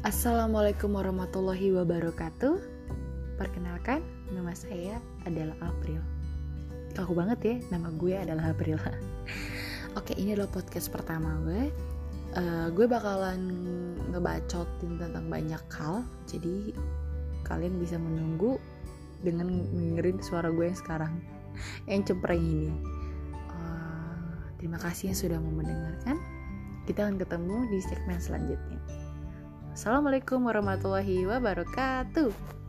Assalamualaikum warahmatullahi wabarakatuh. Perkenalkan, nama saya adalah April. Kaku banget ya, nama gue adalah April. Oke, ini adalah podcast pertama gue. Gue bakalan ngebacotin tentang banyak hal. Jadi kalian bisa menunggu dengan dengerin suara gue yang sekarang, yang cempreng ini. Terima kasih yang sudah mau mendengarkan. Kita akan ketemu di segmen selanjutnya. Assalamualaikum warahmatullahi wabarakatuh.